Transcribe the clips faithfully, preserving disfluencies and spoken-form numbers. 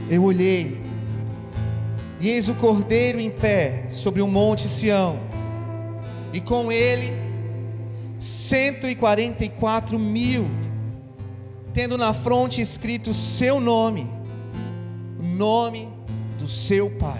Eu olhei, e eis o Cordeiro em pé sobre o monte Sião, e com ele cento e quarenta e quatro mil, tendo na fronte escrito o seu nome, o nome do seu Pai.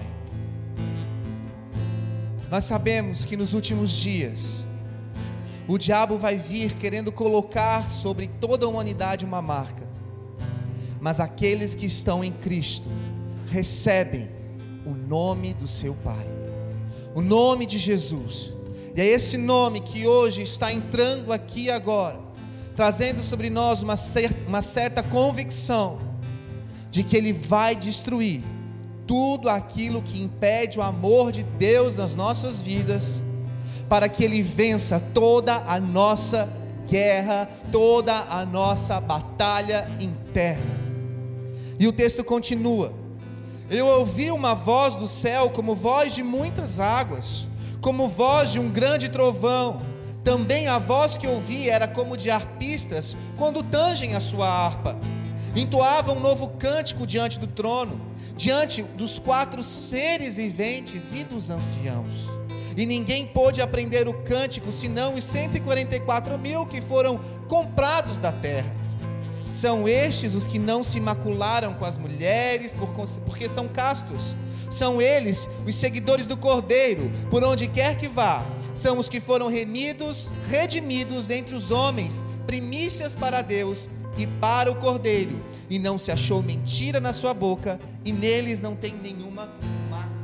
Nós sabemos que nos últimos dias o diabo vai vir querendo colocar sobre toda a humanidade uma marca, mas aqueles que estão em Cristo recebem o nome do seu Pai, o nome de Jesus. E é esse nome que hoje está entrando aqui agora, trazendo sobre nós uma certa, uma certa convicção de que Ele vai destruir tudo aquilo que impede o amor de Deus nas nossas vidas, para que Ele vença toda a nossa guerra, toda a nossa batalha interna. E o texto continua: eu ouvi uma voz do céu como voz de muitas águas, como voz de um grande trovão. Também a voz que ouvi era como de arpistas quando tangem a sua harpa. Entoavam um novo cântico diante do trono, diante dos quatro seres viventes e dos anciãos. E ninguém pôde aprender o cântico, senão os cento e quarenta e quatro mil que foram comprados da terra. São estes os que não se macularam com as mulheres, porque são castos. São eles os seguidores do Cordeiro, por onde quer que vá. São os que foram remidos, redimidos dentre os homens, primícias para Deus e para o Cordeiro. E não se achou mentira na sua boca, e neles não tem nenhuma mácula.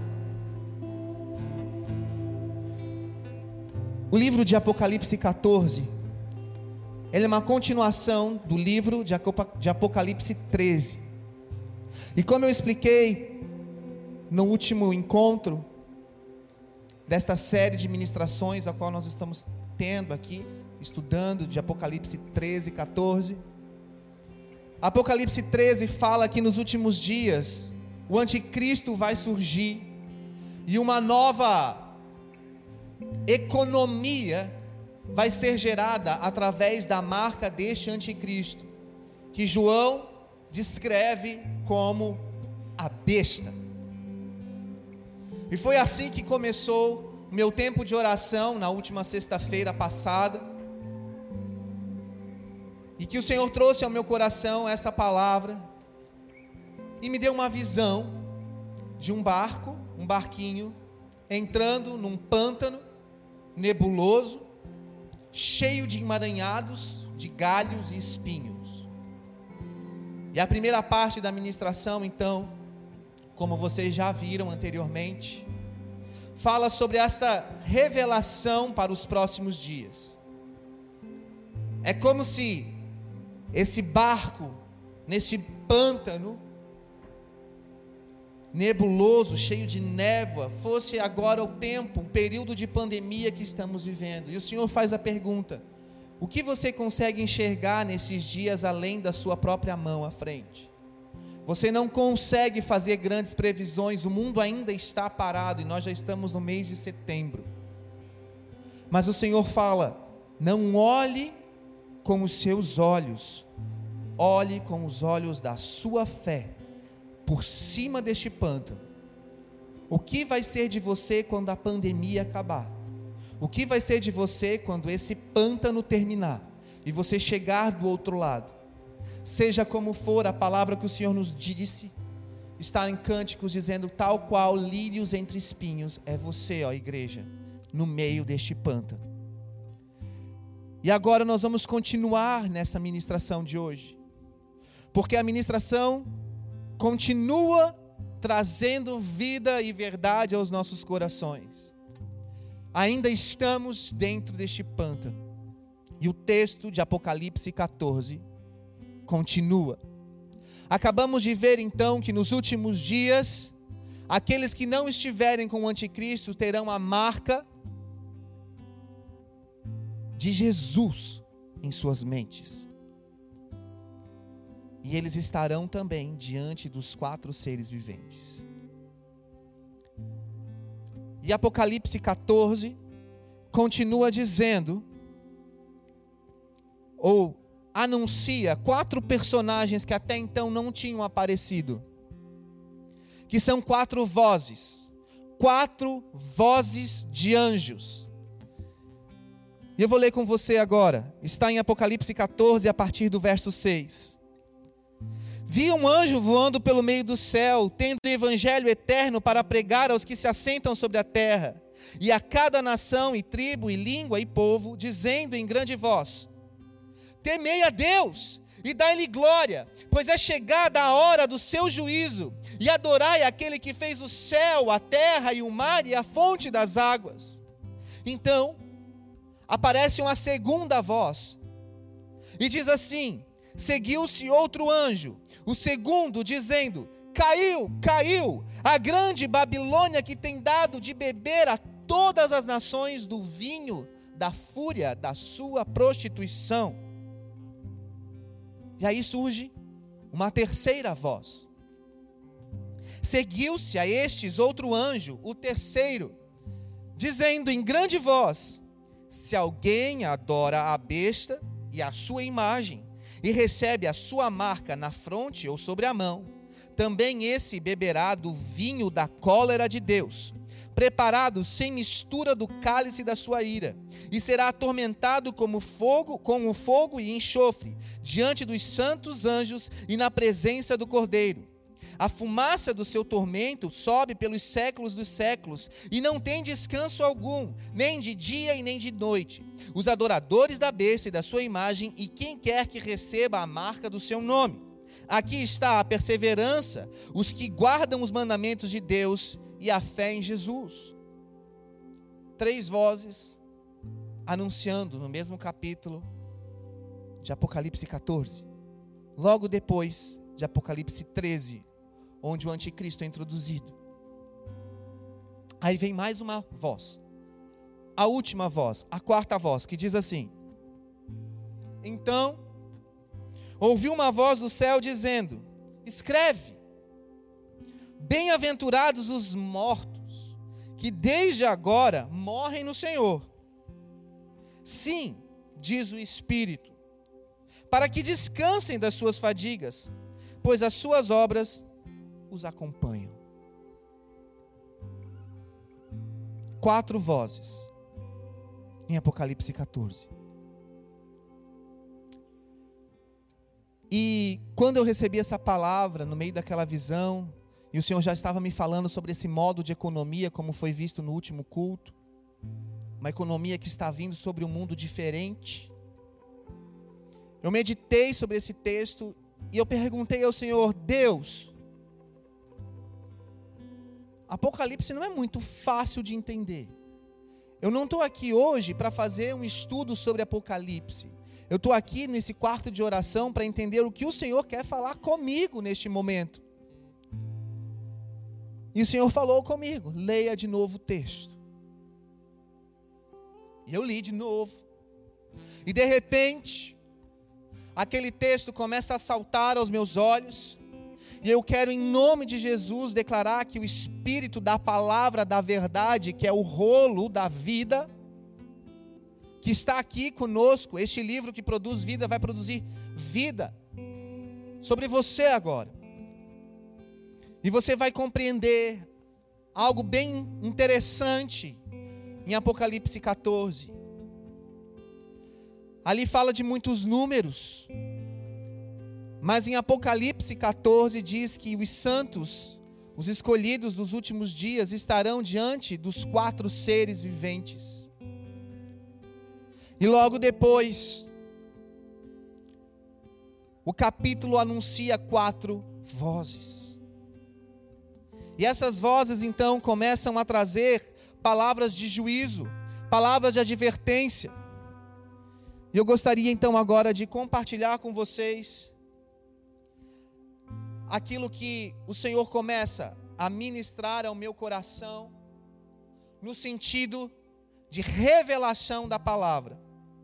O livro de Apocalipse catorze, ele é uma continuação do livro de Apocalipse treze. E como eu expliquei no último encontro desta série de ministrações a qual nós estamos tendo aqui, estudando de Apocalipse treze, catorze, Apocalipse treze fala que nos últimos dias o anticristo vai surgir e uma nova economia vai ser gerada através da marca deste anticristo, que João descreve como a besta. E foi assim que começou o meu tempo de oração na última sexta-feira passada, e que o Senhor trouxe ao meu coração essa palavra, e me deu uma visão de um barco, um barquinho, entrando num pântano nebuloso, cheio de emaranhados, de galhos e espinhos. E a primeira parte da ministração, então, como vocês já viram anteriormente, fala sobre esta revelação para os próximos dias. É como se esse barco, nesse pântano nebuloso, cheio de névoa, fosse agora o tempo, o período de pandemia que estamos vivendo. E o Senhor faz a pergunta: o que você consegue enxergar nesses dias além da sua própria mão à frente? Você não consegue fazer grandes previsões, o mundo ainda está parado e nós já estamos no mês de setembro. Mas o Senhor fala: não olhe com os seus olhos, olhe com os olhos da sua fé, por cima deste pântano. O que vai ser de você quando a pandemia acabar? O que vai ser de você quando esse pântano terminar e você chegar do outro lado? Seja como for, a palavra que o Senhor nos disse está em Cânticos dizendo: tal qual lírios entre espinhos é você, ó igreja, no meio deste pântano. E agora nós vamos continuar nessa ministração de hoje, porque a ministração continua trazendo vida e verdade aos nossos corações. Ainda estamos dentro deste pântano, e o texto de Apocalipse catorze continua. Acabamos de ver então que nos últimos dias, aqueles que não estiverem com o anticristo terão a marca de Jesus em suas mentes. E eles estarão também diante dos quatro seres viventes. E Apocalipse catorze continua dizendo, ou anuncia, quatro personagens que até então não tinham aparecido. que são quatro vozes, quatro vozes de anjos. E eu vou ler com você agora, está em Apocalipse catorze, a partir do verso seis. Vi um anjo voando pelo meio do céu, tendo o evangelho eterno para pregar aos que se assentam sobre a terra, e a cada nação, e tribo, e língua, e povo, dizendo em grande voz: temei a Deus, e dai-lhe glória, pois é chegada a hora do seu juízo, e adorai aquele que fez o céu, a terra, e o mar, e a fonte das águas. Então, aparece uma segunda voz, e diz assim: seguiu-se outro anjo, o segundo, dizendo: caiu, caiu, a grande Babilônia, que tem dado de beber a todas as nações do vinho da fúria da sua prostituição. E aí surge uma terceira voz. Seguiu-se a estes outro anjo, o terceiro, dizendo em grande voz: se alguém adora a besta e a sua imagem, e recebe a sua marca na fronte ou sobre a mão, também esse beberá do vinho da cólera de Deus, preparado sem mistura do cálice da sua ira, e será atormentado como fogo, com o fogo e enxofre, diante dos santos anjos e na presença do Cordeiro. A fumaça do seu tormento sobe pelos séculos dos séculos, e não tem descanso algum, nem de dia e nem de noite. Os adoradores da besta e da sua imagem, e quem quer que receba a marca do seu nome. Aqui está a perseverança, os que guardam os mandamentos de Deus e a fé em Jesus. Três vozes anunciando no mesmo capítulo de Apocalipse catorze. Logo depois de Apocalipse treze, onde o anticristo é introduzido. Aí vem mais uma voz. A última voz, a quarta voz, que diz assim: então, ouvi uma voz do céu dizendo: escreve, bem-aventurados os mortos, que desde agora morrem no Senhor. Sim, diz o Espírito, para que descansem das suas fadigas, pois as suas obras os acompanham. Quatro vozes em Apocalipse catorze. E quando eu recebi essa palavra no meio daquela visão, e o Senhor já estava me falando sobre esse modo de economia, como foi visto no último culto, uma economia que está vindo sobre um mundo diferente. Eu meditei sobre esse texto e eu perguntei ao Senhor: Deus, Apocalipse não é muito fácil de entender. Eu não estou aqui hoje para fazer um estudo sobre Apocalipse. Eu estou aqui nesse quarto de oração para entender o que o Senhor quer falar comigo neste momento. E o Senhor falou comigo: leia de novo o texto. E eu li de novo. E de repente, aquele texto começa a saltar aos meus olhos. E eu quero, em nome de Jesus, declarar que o Espírito da palavra da verdade, que é o rolo da vida, que está aqui conosco, este livro que produz vida, vai produzir vida sobre você agora. E você vai compreender algo bem interessante em Apocalipse catorze. Ali fala de muitos números, mas em Apocalipse catorze diz que os santos, os escolhidos dos últimos dias, estarão diante dos quatro seres viventes. E logo depois, o capítulo anuncia quatro vozes. E essas vozes então começam a trazer palavras de juízo, palavras de advertência. E eu gostaria então agora de compartilhar com vocês aquilo que o Senhor começa a ministrar ao meu coração, no sentido de revelação da palavra.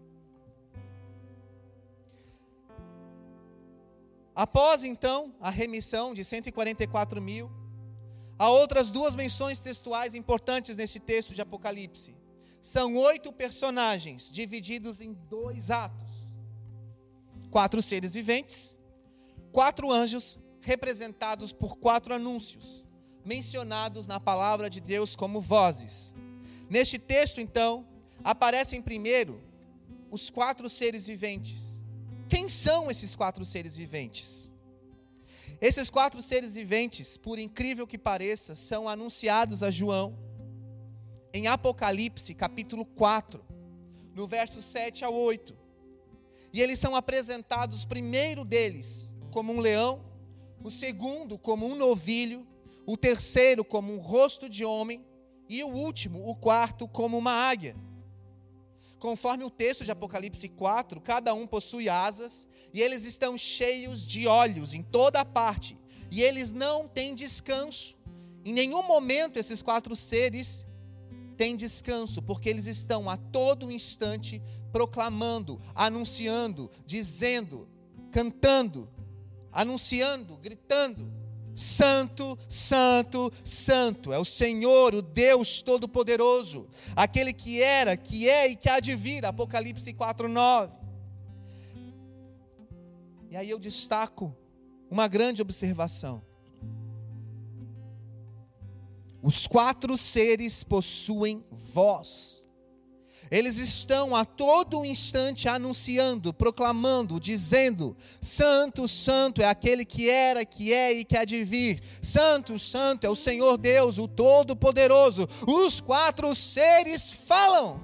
Após então a remissão de cento e quarenta e quatro mil, há outras duas menções textuais importantes nesse texto de Apocalipse. São oito personagens divididos em dois atos. Quatro seres viventes, quatro anjos representados por quatro anúncios. mencionados na palavra de Deus como vozes. Neste texto, então, aparecem primeiro os quatro seres viventes. Quem são esses quatro seres viventes? Esses quatro seres viventes, por incrível que pareça, são anunciados a João em Apocalipse, capítulo quatro, no verso sete ao oito. E eles são apresentados, o primeiro deles como um leão, o segundo como um novilho, o terceiro como um rosto de homem e o último, o quarto, como uma águia. Conforme o texto de Apocalipse quatro, cada um possui asas e eles estão cheios de olhos em toda a parte e eles não têm descanso. Em nenhum momento esses quatro seres têm descanso, porque eles estão a todo instante proclamando, anunciando, dizendo, cantando, anunciando, gritando: Santo, Santo, Santo é o Senhor, o Deus Todo-Poderoso, aquele que era, que é e que há de vir. Apocalipse quatro, nove. E aí eu destaco uma grande observação. Os quatro seres possuem voz. Eles estão a todo instante anunciando, proclamando, dizendo: Santo, Santo é aquele que era, que é e que há de vir. Santo, Santo é o Senhor Deus, o Todo-Poderoso. Os quatro seres falam.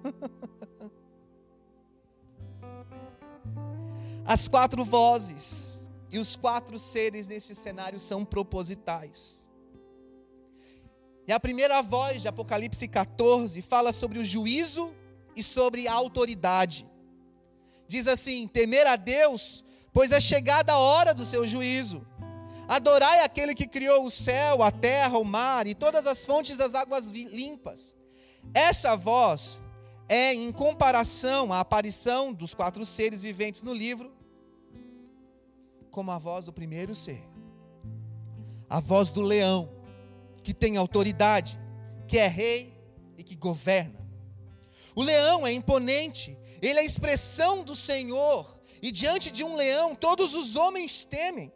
As quatro vozes e os quatro seres neste cenário são propositais. E a primeira voz de Apocalipse quatorze fala sobre o juízo e sobre a autoridade. Diz assim: temer a Deus, pois é chegada a hora do seu juízo. Adorai aquele que criou o céu, a terra, o mar e todas as fontes das águas limpas. Essa voz é em comparação à aparição dos quatro seres viventes no livro, como a voz do primeiro ser. A voz do leão, que tem autoridade, que é rei e que governa. O leão é imponente, ele é a expressão do Senhor, e diante de um leão todos os homens temem.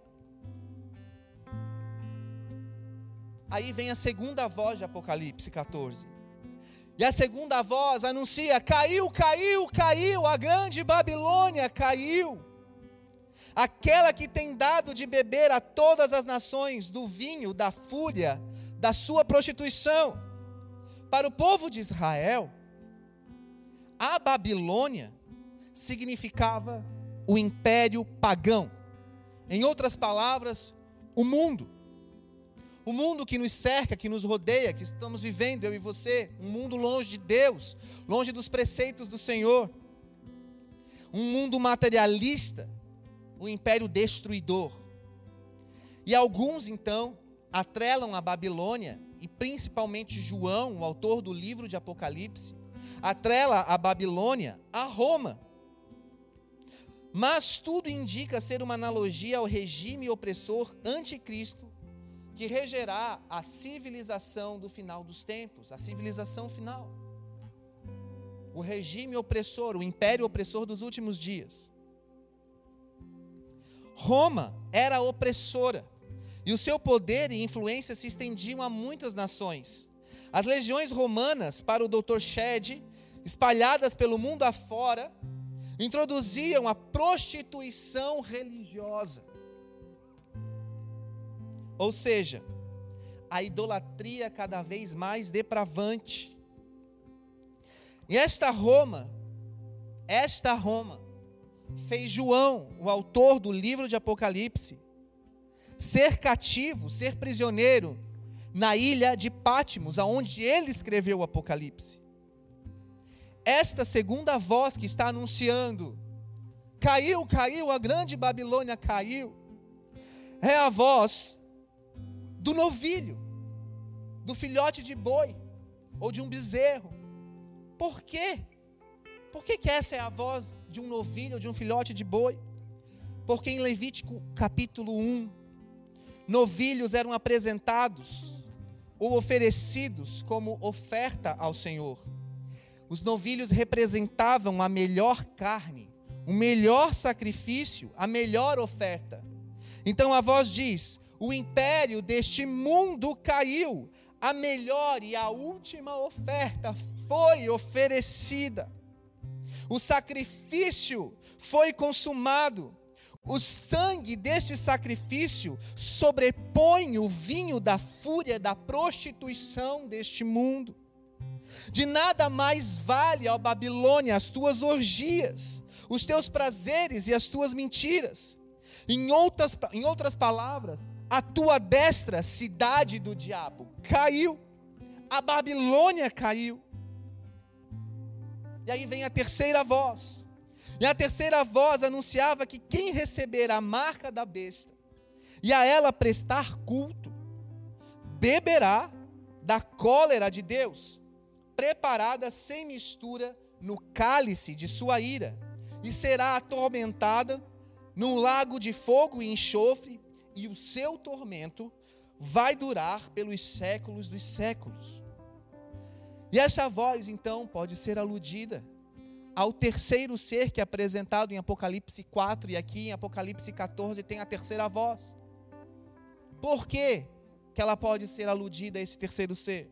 Aí vem a segunda voz de Apocalipse quatorze. E a segunda voz anuncia: caiu, caiu, caiu, a grande Babilônia caiu. Aquela que tem dado de beber a todas as nações do vinho da fúria da sua prostituição. Para o povo de Israel, a Babilônia significava o império pagão. Em outras palavras, o mundo. O mundo que nos cerca, que nos rodeia, que estamos vivendo, eu e você. Um mundo longe de Deus, longe dos preceitos do Senhor. Um mundo materialista, o império destruidor. E alguns, então, atrelam a Babilônia, e principalmente João, o autor do livro de Apocalipse, atrela a Babilônia a Roma. Mas tudo indica ser uma analogia ao regime opressor anticristo, que regerá a civilização do final dos tempos, a civilização final. O regime opressor, o império opressor dos últimos dias. Roma era opressora, e o seu poder e influência se estendiam a muitas nações. As legiões romanas, para o doutor Shedd, espalhadas pelo mundo afora, introduziam a prostituição religiosa. Ou seja, a idolatria cada vez mais depravante. E esta Roma, esta Roma, fez João, o autor do livro de Apocalipse, ser cativo, ser prisioneiro na ilha de Patmos, aonde ele escreveu o Apocalipse. Esta segunda voz que está anunciando: caiu, caiu, a grande Babilônia caiu, é a voz do novilho, do filhote de boi, ou de um bezerro. Por quê? Por que que essa é a voz de um novilho, ou de um filhote de boi? Porque em Levítico capítulo um, novilhos eram apresentados ou oferecidos como oferta ao Senhor. Os novilhos representavam a melhor carne, o melhor sacrifício, a melhor oferta. Então a voz diz: O império deste mundo caiu. A melhor e a última oferta foi oferecida. O sacrifício foi consumado. O sangue deste sacrifício sobrepõe o vinho da fúria da prostituição deste mundo. De nada mais vale, ó Babilônia, as tuas orgias, os teus prazeres e as tuas mentiras. Em outras, em outras palavras, a tua destra, cidade do diabo, caiu. A Babilônia caiu. E aí vem a terceira voz. E a terceira voz anunciava que quem receber a marca da besta e a ela prestar culto, beberá da cólera de Deus, preparada sem mistura no cálice de sua ira, e será atormentada num lago de fogo e enxofre, e o seu tormento vai durar pelos séculos dos séculos. E essa voz, então, pode ser aludida ao terceiro ser que é apresentado em Apocalipse quatro, e aqui em Apocalipse catorze tem a terceira voz. Por que que ela pode ser aludida a esse terceiro ser?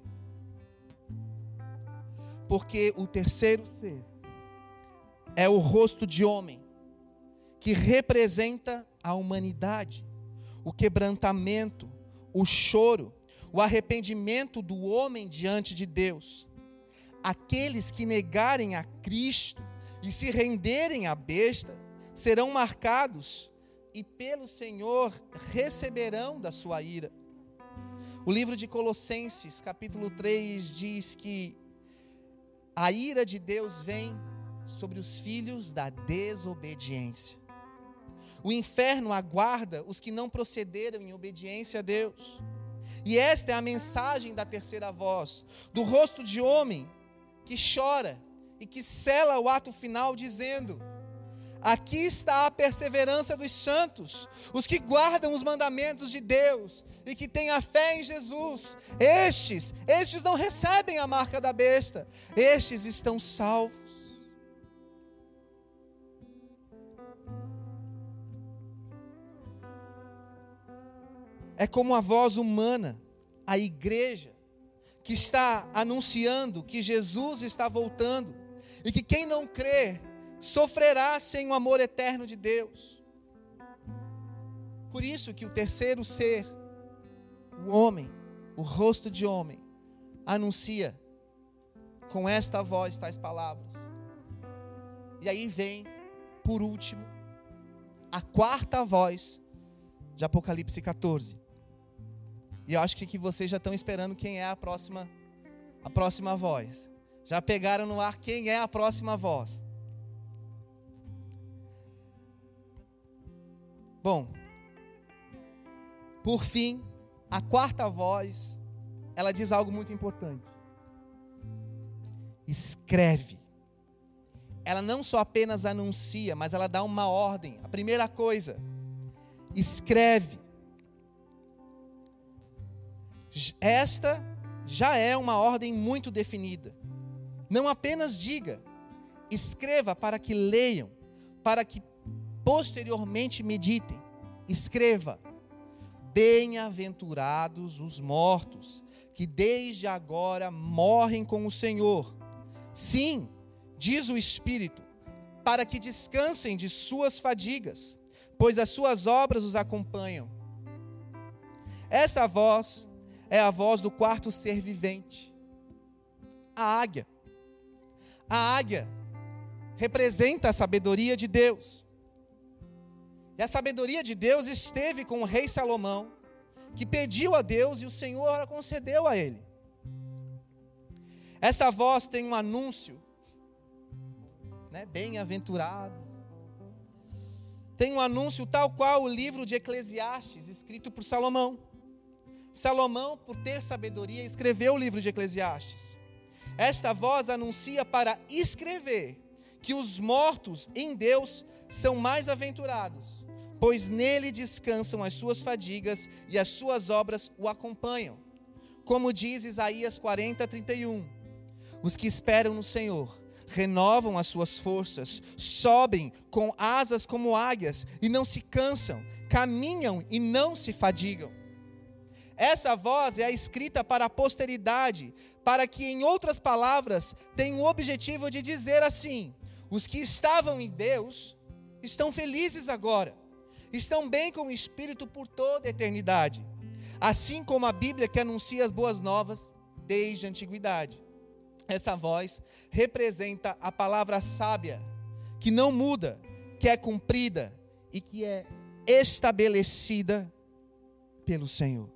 Porque o terceiro ser é o rosto de homem, que representa a humanidade, o quebrantamento, o choro, o arrependimento do homem diante de Deus. Aqueles que negarem a Cristo e se renderem à besta serão marcados e pelo Senhor receberão da sua ira. O livro de Colossenses, capítulo três, diz que a ira de Deus vem sobre os filhos da desobediência. O inferno aguarda os que não procederam em obediência a Deus. E esta é a mensagem da terceira voz, do rosto de homem que chora e que sela o ato final dizendo: aqui está a perseverança dos santos, os que guardam os mandamentos de Deus e que têm a fé em Jesus. Estes, estes não recebem a marca da besta, estes estão salvos. É como a voz humana, a igreja, que está anunciando que Jesus está voltando e que quem não crer sofrerá sem o amor eterno de Deus. Por isso que o terceiro ser, o homem, o rosto de homem, anuncia com esta voz tais palavras. E aí vem, por último, a quarta voz de Apocalipse catorze. E eu acho que, que vocês já estão esperando quem é a próxima, a próxima voz. Já pegaram no ar quem é a próxima voz. Bom, por fim, a quarta voz, ela diz algo muito importante. Escreve. Ela não só apenas anuncia, mas ela dá uma ordem. A primeira coisa, escreve. Esta já é uma ordem muito definida. Não apenas diga, escreva para que leiam, para que posteriormente meditem. Escreva: bem-aventurados os mortos, que desde agora morrem com o Senhor. Sim, diz o Espírito, para que descansem de suas fadigas, pois as suas obras os acompanham. Essa voz é a voz do quarto ser vivente, a águia. A águia representa a sabedoria de Deus. E a sabedoria de Deus esteve com o rei Salomão, que pediu a Deus e o Senhor a concedeu a ele. Essa voz tem um anúncio, né? Bem-aventurados. Tem um anúncio tal qual o livro de Eclesiastes, escrito por Salomão. Salomão, por ter sabedoria, escreveu o livro de Eclesiastes. Esta voz anuncia para escrever que os mortos em Deus são mais aventurados, pois nele descansam as suas fadigas e as suas obras o acompanham. Como diz Isaías quarenta, trinta e um, os que esperam no Senhor renovam as suas forças, sobem com asas como águias e não se cansam, caminham e não se fadigam. Essa voz é a escrita para a posteridade, para que, em outras palavras, tenha o objetivo de dizer assim: os que estavam em Deus estão felizes agora, estão bem com o Espírito por toda a eternidade, assim como a Bíblia que anuncia as boas novas desde a antiguidade. Essa voz representa a palavra sábia, que não muda, que é cumprida e que é estabelecida pelo Senhor.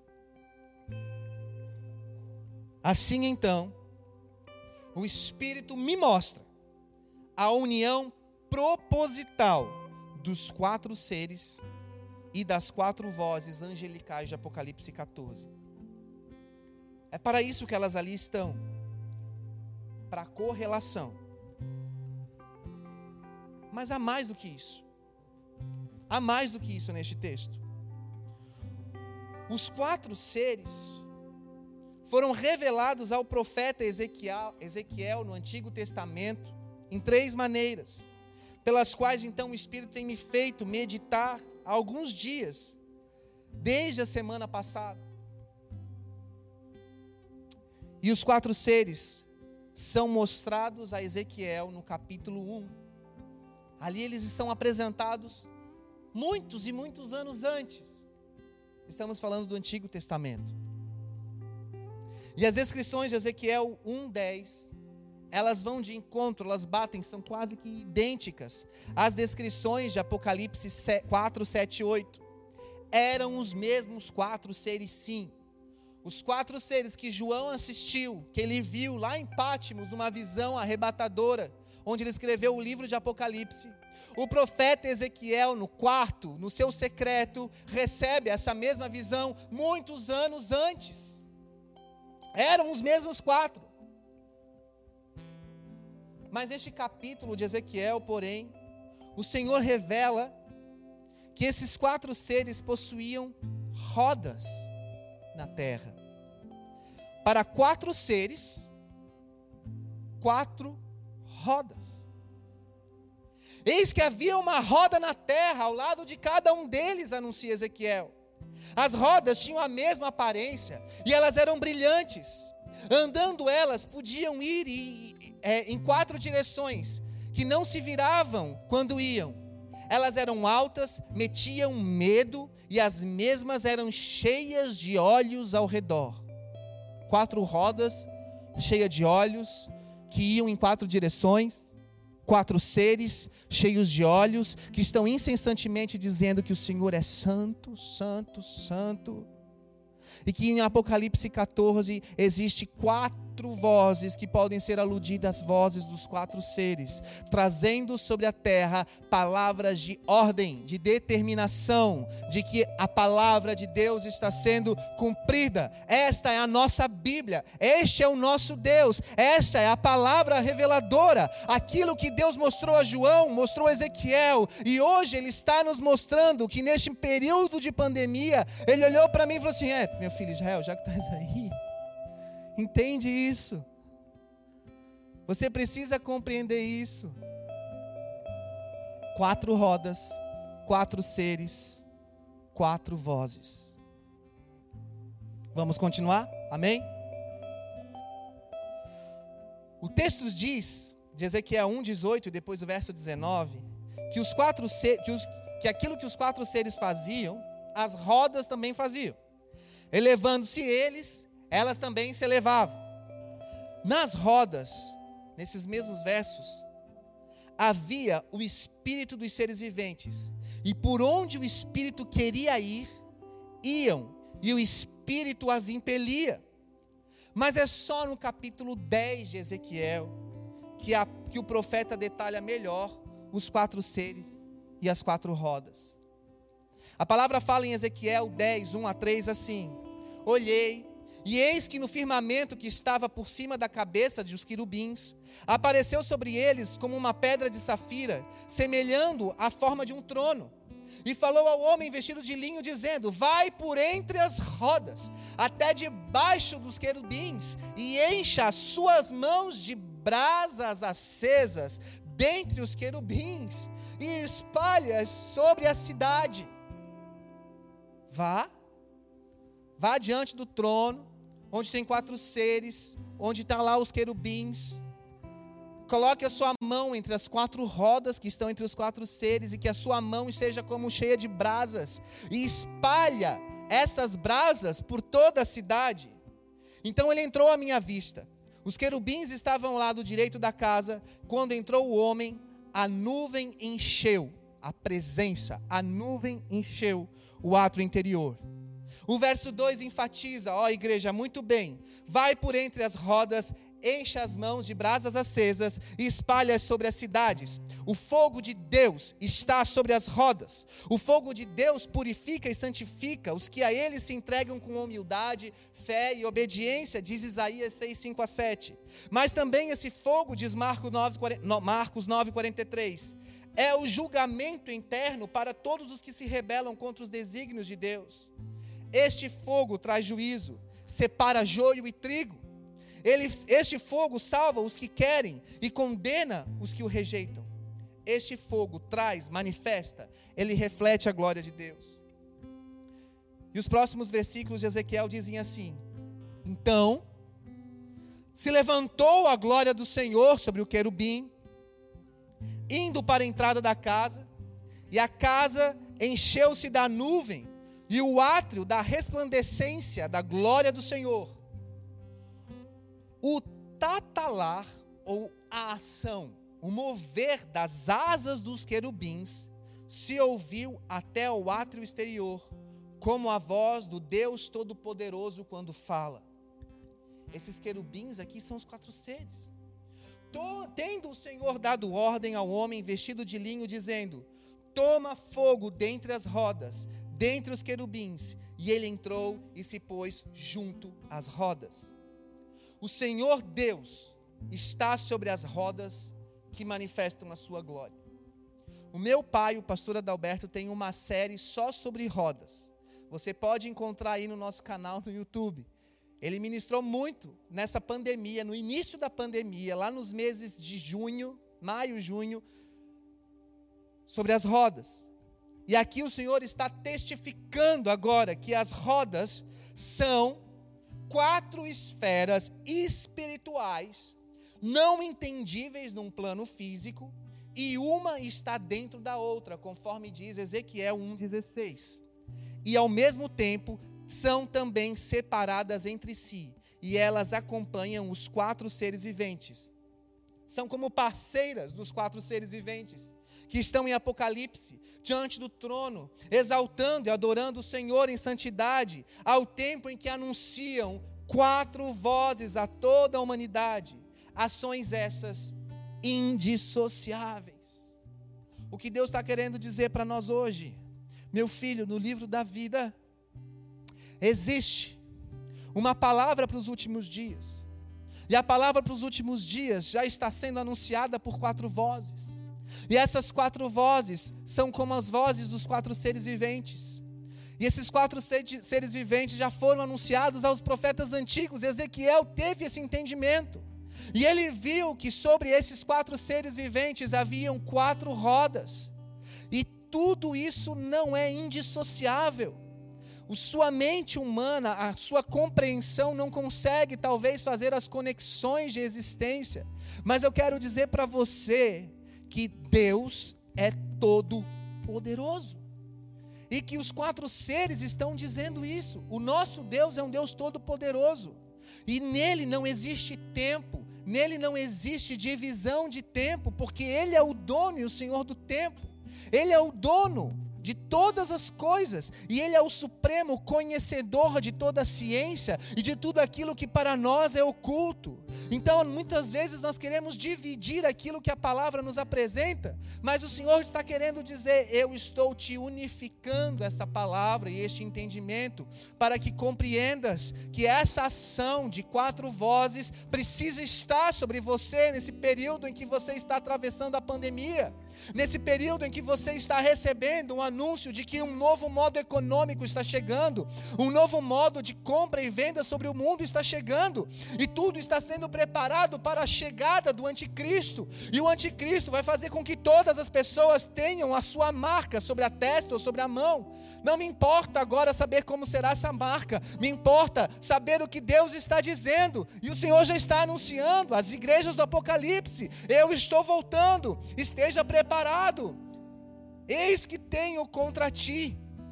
Assim então, o Espírito me mostra a união proposital dos quatro seres e das quatro vozes angelicais de Apocalipse catorze. É para isso que elas ali estão, para a correlação. Mas há mais do que isso. Há mais do que isso neste texto. Os quatro seres foram revelados ao profeta Ezequiel, Ezequiel no Antigo Testamento em três maneiras, pelas quais então o Espírito tem me feito meditar há alguns dias, desde a semana passada. E os quatro seres são mostrados a Ezequiel no capítulo um. Ali eles estão apresentados muitos e muitos anos antes. Estamos falando do Antigo Testamento. E as descrições de Ezequiel um, dez, elas vão de encontro, elas batem, são quase que idênticas às descrições de Apocalipse quatro, sete e oito. Eram os mesmos quatro seres, sim. Os quatro seres que João assistiu, que ele viu lá em Pátimos, numa visão arrebatadora, onde ele escreveu o livro de Apocalipse. O profeta Ezequiel, no quarto, no seu secreto, recebe essa mesma visão muitos anos antes. Eram os mesmos quatro. Mas neste capítulo de Ezequiel, porém, o Senhor revela que esses quatro seres possuíam rodas na terra. Para quatro seres, quatro rodas. Eis que havia uma roda na terra, ao lado de cada um deles, anuncia Ezequiel. As rodas tinham a mesma aparência, e elas eram brilhantes. Andando elas, podiam ir e, é, em quatro direções, que não se viravam quando iam. Elas eram altas, metiam medo, e as mesmas eram cheias de olhos ao redor. Quatro rodas, cheias de olhos, que iam em quatro direções. Quatro seres, cheios de olhos, que estão incessantemente dizendo que o Senhor é santo, santo, santo. E que em Apocalipse catorze existe quatro vozes que podem ser aludidas às vozes dos quatro seres, trazendo sobre a terra palavras de ordem, de determinação, de que a palavra de Deus está sendo cumprida. Esta é a nossa Bíblia, este é o nosso Deus, essa é a palavra reveladora. Aquilo que Deus mostrou a João, mostrou a Ezequiel, e hoje Ele está nos mostrando que neste período de pandemia, Ele olhou para mim e falou assim: é, meu filho Israel, já que estás aí, entende isso. Você precisa compreender isso. Quatro rodas, quatro seres, quatro vozes. Vamos continuar? Amém? O texto diz, de Ezequiel um, dezoito, e depois do verso dezenove, que, os quatro ser, que, os, que aquilo que os quatro seres faziam, as rodas também faziam. Elevando-se eles, elas também se elevavam. Nas rodas, nesses mesmos versos, havia o espírito dos seres viventes. E por onde o espírito queria ir, iam. E o espírito as impelia. Mas é só no capítulo dez de Ezequiel que, a, que o profeta detalha melhor os quatro seres e as quatro rodas. A palavra fala em Ezequiel dez, um a três assim: olhei, e eis que no firmamento que estava por cima da cabeça dos querubins, apareceu sobre eles como uma pedra de safira, semelhando a forma de um trono. E falou ao homem vestido de linho, dizendo: vai por entre as rodas, até debaixo dos querubins, e encha as suas mãos de brasas acesas dentre os querubins e espalha-as sobre a cidade. Vá, vá diante do trono, onde tem quatro seres, onde estão lá os querubins. Coloque a sua mão entre as quatro rodas que estão entre os quatro seres, e que a sua mão esteja como cheia de brasas, e espalha essas brasas por toda a cidade. Então ele entrou à minha vista. Os querubins estavam ao lado direito da casa. Quando entrou o homem, a nuvem encheu, a presença, a nuvem encheu o átrio interior. O verso dois enfatiza, ó igreja, muito bem, vai por entre as rodas, enche as mãos de brasas acesas e espalha sobre as cidades. O fogo de Deus está sobre as rodas. O fogo de Deus purifica e santifica os que a ele se entregam com humildade, fé e obediência, diz Isaías seis, cinco a sete. Mas também esse fogo, diz Marcos nove, quarenta e três, é o julgamento interno para todos os que se rebelam contra os desígnios de Deus. Este fogo traz juízo, separa joio e trigo. Ele, este fogo salva os que querem e condena os que o rejeitam. Este fogo traz, manifesta, ele reflete a glória de Deus. E os próximos versículos de Ezequiel dizem assim: então se levantou a glória do Senhor sobre o querubim, indo para a entrada da casa, e a casa encheu-se da nuvem, e o átrio da resplandecência da glória do Senhor. O tatalar, ou a ação, o mover das asas dos querubins, se ouviu até o átrio exterior, como a voz do Deus Todo-Poderoso quando fala. Esses querubins aqui são os quatro seres. Tendo o Senhor dado ordem ao homem vestido de linho, dizendo: toma fogo dentre as rodas, dentre os querubins. E ele entrou e se pôs junto às rodas. O Senhor Deus está sobre as rodas que manifestam a sua glória. O meu pai, o pastor Adalberto, tem uma série só sobre rodas. Você pode encontrar aí no nosso canal no YouTube. Ele ministrou muito nessa pandemia, no início da pandemia, lá nos meses de junho, maio, junho, sobre as rodas. E aqui o Senhor está testificando agora que as rodas são quatro esferas espirituais, não entendíveis num plano físico, e uma está dentro da outra, conforme diz Ezequiel um, dezesseis. E ao mesmo tempo, são também separadas entre si, e elas acompanham os quatro seres viventes. São como parceiras dos quatro seres viventes, que estão em Apocalipse, diante do trono, exaltando e adorando o Senhor em santidade, ao tempo em que anunciam quatro vozes a toda a humanidade, ações essas indissociáveis. O que Deus está querendo dizer para nós hoje? Meu filho, no livro da vida, existe uma palavra para os últimos dias, e a palavra para os últimos dias já está sendo anunciada por quatro vozes. E essas quatro vozes são como as vozes dos quatro seres viventes. E esses quatro seres viventes já foram anunciados aos profetas antigos. Ezequiel teve esse entendimento. E ele viu que sobre esses quatro seres viventes haviam quatro rodas. E tudo isso não é indissociável. A sua mente humana, a sua compreensão não consegue talvez fazer as conexões de existência. Mas eu quero dizer para você que Deus é todo poderoso, e que os quatro seres estão dizendo isso. O nosso Deus é um Deus todo poderoso, e nele não existe tempo, nele não existe divisão de tempo, porque ele é o dono e o Senhor do tempo. Ele é o dono de todas as coisas, e ele é o supremo conhecedor de toda a ciência e de tudo aquilo que para nós é oculto. Então muitas vezes nós queremos dividir aquilo que a palavra nos apresenta, mas o Senhor está querendo dizer: eu estou te unificando essa palavra e este entendimento, para que compreendas que essa ação de quatro vozes precisa estar sobre você nesse período em que você está atravessando a pandemia. Nesse período em que você está recebendo um anúncio de que um novo modo econômico está chegando, um novo modo de compra e venda sobre o mundo está chegando, e tudo está sendo preparado para a chegada do anticristo, e o anticristo vai fazer com que todas as pessoas tenham a sua marca sobre a testa ou sobre a mão. Não me importa agora saber como será essa marca, me importa saber o que Deus está dizendo, e o Senhor já está anunciando às igrejas do Apocalipse: eu estou voltando, esteja preparado, eis que tenho contra ti,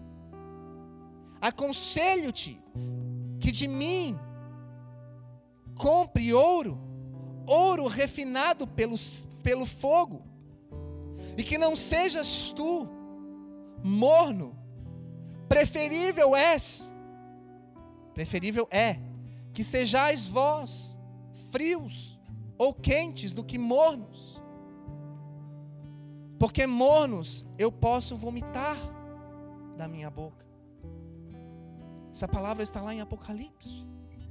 aconselho-te que de mim compre ouro, ouro refinado pelo, pelo fogo, e que não sejas tu morno. Preferível és, preferível é que sejais vós frios ou quentes do que mornos, porque mornos eu posso vomitar da minha boca. Essa palavra está lá em Apocalipse.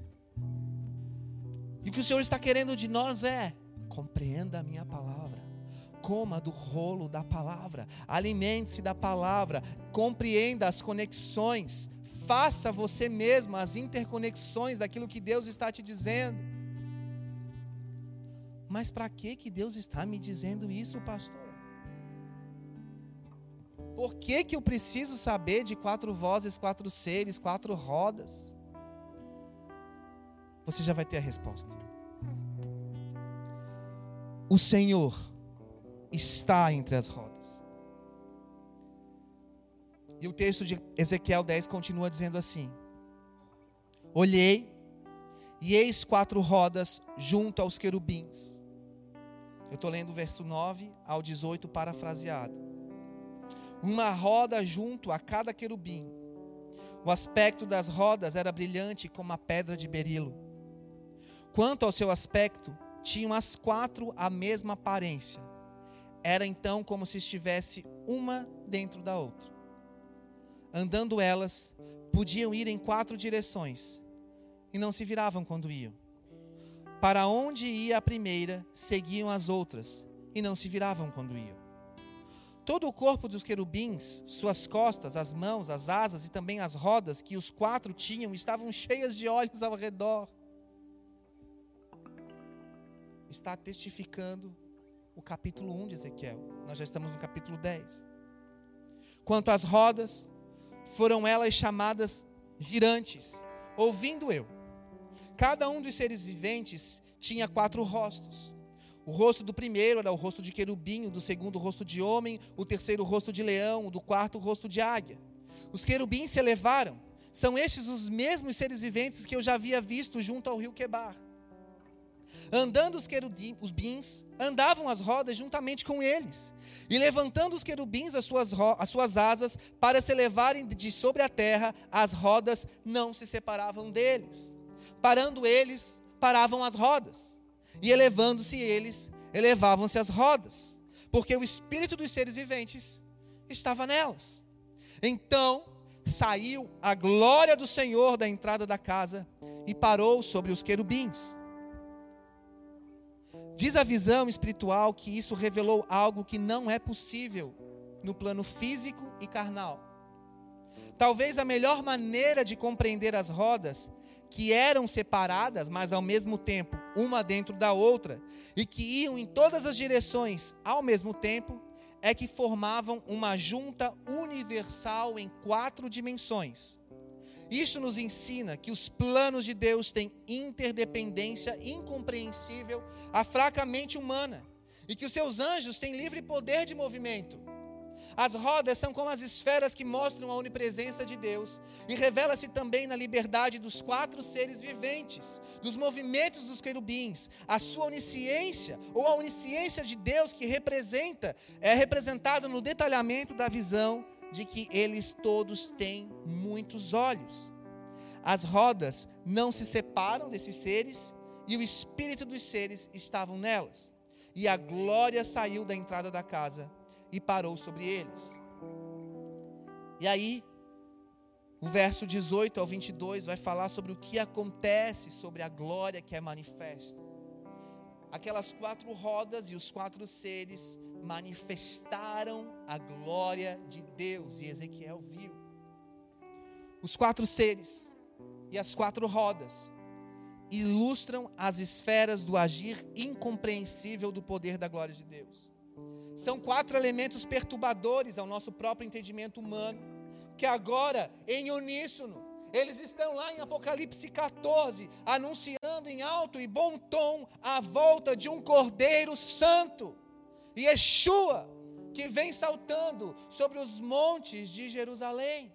E o que o Senhor está querendo de nós é: compreenda a minha palavra, coma do rolo da palavra, alimente-se da palavra, compreenda as conexões, faça você mesmo as interconexões daquilo que Deus está te dizendo. Mas para que que Deus está me dizendo isso, pastor? Por que que eu preciso saber de quatro vozes, quatro seres, quatro rodas? Você já vai ter a resposta. O Senhor está entre as rodas. E o texto de Ezequiel dez continua dizendo assim: olhei, e eis quatro rodas junto aos querubins. Eu estou lendo o verso nove ao dezoito parafraseado. Uma roda junto a cada querubim. O aspecto das rodas era brilhante como a pedra de berilo. Quanto ao seu aspecto, tinham as quatro a mesma aparência. Era então como se estivesse uma dentro da outra. Andando elas, podiam ir em quatro direções, e não se viravam quando iam. Para onde ia a primeira, seguiam as outras, e não se viravam quando iam. Todo o corpo dos querubins, suas costas, as mãos, as asas e também as rodas que os quatro tinham, estavam cheias de olhos ao redor. Está testificando o capítulo um de Ezequiel. Nós já estamos no capítulo dez. Quanto às rodas, foram elas chamadas girantes. Ouvindo eu, cada um dos seres viventes tinha quatro rostos. O rosto do primeiro era o rosto de querubim, o do segundo o rosto de homem, o terceiro o rosto de leão, o do quarto o rosto de águia. Os querubins se elevaram. São estes os mesmos seres viventes que eu já havia visto junto ao rio Quebar. Andando os querubins, andavam as rodas juntamente com eles. E levantando os querubins as suas, as suas asas para se elevarem de sobre a terra, as rodas não se separavam deles. Parando eles, paravam as rodas. E elevando-se eles, elevavam-se as rodas, porque o espírito dos seres viventes estava nelas. Então saiu a glória do Senhor da entrada da casa e parou sobre os querubins. Diz a visão espiritual que isso revelou algo que não é possível no plano físico e carnal. Talvez a melhor maneira de compreender as rodas, que eram separadas, mas ao mesmo tempo, uma dentro da outra, e que iam em todas as direções ao mesmo tempo, é que formavam uma junta universal em quatro dimensões. Isso nos ensina que os planos de Deus têm interdependência incompreensível à fraca mente humana, e que os seus anjos têm livre poder de movimento. As rodas são como as esferas que mostram a onipresença de Deus, e revela-se também na liberdade dos quatro seres viventes, dos movimentos dos querubins, a sua onisciência, ou a onisciência de Deus que representa, é representada no detalhamento da visão de que eles todos têm muitos olhos. As rodas não se separam desses seres, e o espírito dos seres estavam nelas, e a glória saiu da entrada da casa e parou sobre eles. E aí, o verso dezoito ao vinte e dois vai falar sobre o que acontece sobre a glória que é manifesta. Aquelas quatro rodas e os quatro seres manifestaram a glória de Deus. E Ezequiel viu os quatro seres e as quatro rodas ilustram as esferas do agir incompreensível do poder da glória de Deus. São quatro elementos perturbadores ao nosso próprio entendimento humano, que agora, em uníssono, eles estão lá em Apocalipse catorze, anunciando em alto e bom tom a volta de um Cordeiro Santo, Yeshua, que vem saltando sobre os montes de Jerusalém.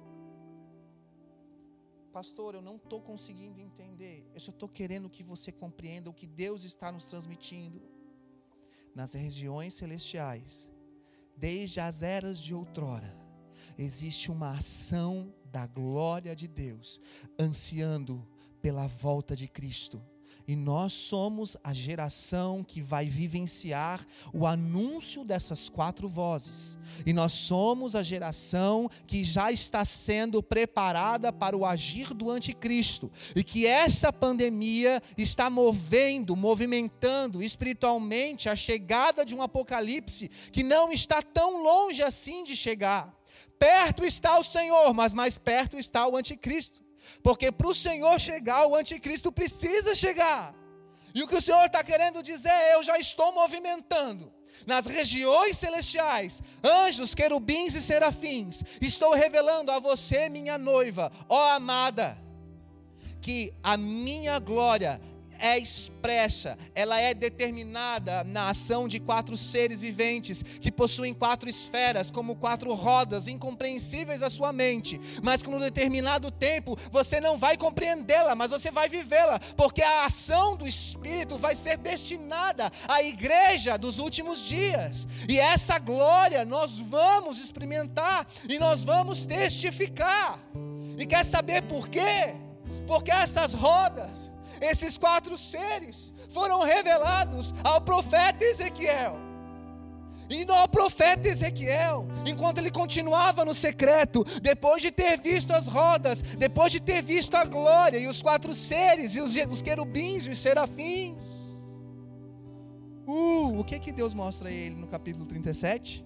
Pastor, eu não estou conseguindo entender. Eu só estou querendo que você compreenda o que Deus está nos transmitindo. Nas regiões celestiais, desde as eras de outrora, existe uma ação da glória de Deus, ansiando pela volta de Cristo. E nós somos a geração que vai vivenciar o anúncio dessas quatro vozes. E nós somos a geração que já está sendo preparada para o agir do anticristo. E que essa pandemia está movendo, movimentando espiritualmente a chegada de um apocalipse que não está tão longe assim de chegar. Perto está o Senhor, mas mais perto está o anticristo. Porque para o Senhor chegar, o anticristo precisa chegar. E o que o Senhor está querendo dizer é: eu já estou movimentando nas regiões celestiais, anjos, querubins e serafins. Estou revelando a você, minha noiva, ó amada, que a minha glória é expressa, ela é determinada na ação de quatro seres viventes, que possuem quatro esferas, como quatro rodas, incompreensíveis à sua mente, mas que num determinado tempo, você não vai compreendê-la, mas você vai vivê-la, porque a ação do Espírito vai ser destinada à igreja dos últimos dias, e essa glória nós vamos experimentar, e nós vamos testificar. E quer saber por quê? Porque essas rodas, esses quatro seres foram revelados ao profeta Ezequiel. E no profeta Ezequiel, enquanto ele continuava no secreto, depois de ter visto as rodas, depois de ter visto a glória e os quatro seres, e os, os querubins e os serafins, uh, o que que Deus mostra a ele no capítulo trinta e sete?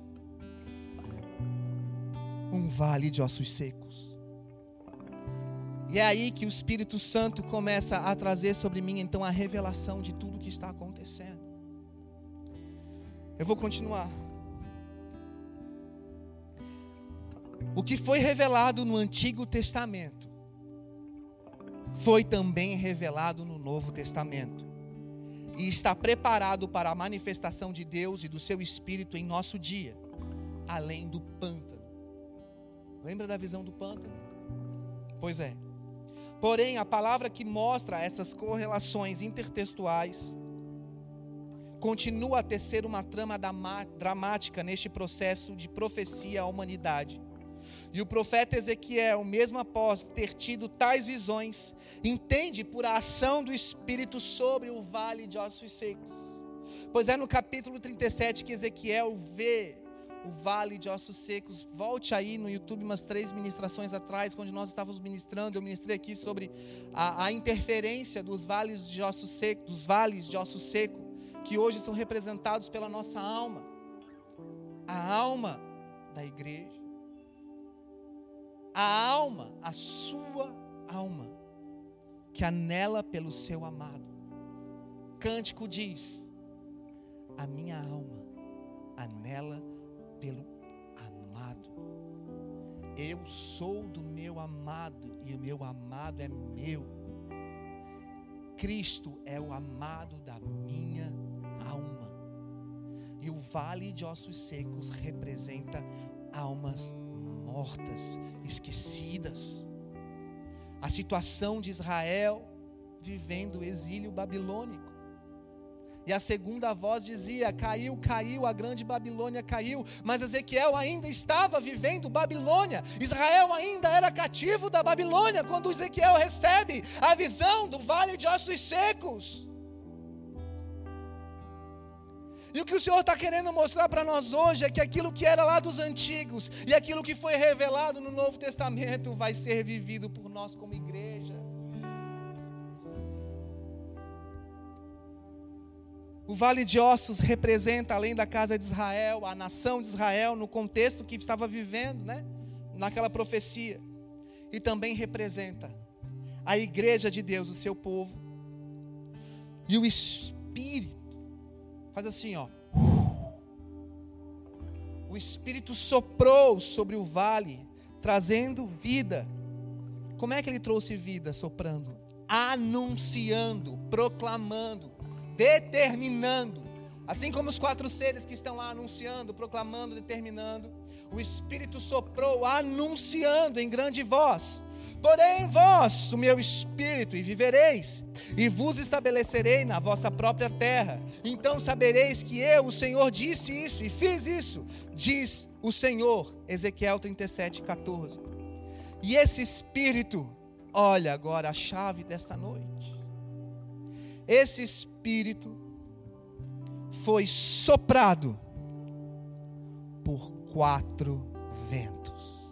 Um vale de ossos secos. E é aí que o Espírito Santo começa a trazer sobre mim, então, a revelação de tudo o que está acontecendo. Eu vou continuar. O que foi revelado no Antigo Testamento foi também revelado no Novo Testamento. E está preparado para a manifestação de Deus e do seu Espírito em nosso dia, além do pântano. Lembra da visão do pântano? Pois é. Porém, a palavra que mostra essas correlações intertextuais continua a tecer uma trama dramática neste processo de profecia à humanidade. E o profeta Ezequiel, mesmo após ter tido tais visões, entende por a ação do Espírito sobre o vale de ossos secos. Pois é no capítulo trinta e sete que Ezequiel vê o vale de ossos secos. Volte aí no YouTube umas três ministrações atrás, quando nós estávamos ministrando, eu ministrei aqui sobre a, a interferência dos vales de ossos secos, dos vales de ossos secos, que hoje são representados pela nossa alma, a alma da igreja, a alma, a sua alma, que anela pelo seu amado. Cântico diz: a minha alma anela pelo amado. Eu sou do meu amado e o meu amado é meu. Cristo é o amado da minha alma. E o vale de ossos secos representa almas mortas, esquecidas. A situação de Israel vivendo o exílio babilônico. E a segunda voz dizia: caiu, caiu, a grande Babilônia caiu. Mas Ezequiel ainda estava vivendo Babilônia. Israel ainda era cativo da Babilônia quando Ezequiel recebe a visão do vale de ossos secos. E o que o Senhor está querendo mostrar para nós hoje é que aquilo que era lá dos antigos e aquilo que foi revelado no Novo Testamento vai ser vivido por nós como igreja. O vale de ossos representa, além da casa de Israel, a nação de Israel, no contexto que estava vivendo, né? Naquela profecia. E também representa a igreja de Deus, o seu povo. E o Espírito, faz assim, ó. O Espírito soprou sobre o vale, trazendo vida. Como é que ele trouxe vida? Soprando, anunciando, proclamando, determinando. Assim como os quatro seres que estão lá anunciando, proclamando, determinando, o Espírito soprou, anunciando em grande voz: porém vós, o meu Espírito, e vivereis, e vos estabelecerei na vossa própria terra. Então sabereis que eu, o Senhor, disse isso e fiz isso, diz o Senhor. Ezequiel trinta e sete, quatorze. E esse Espírito, olha agora a chave dessa noite. Esse Espírito foi soprado por quatro ventos.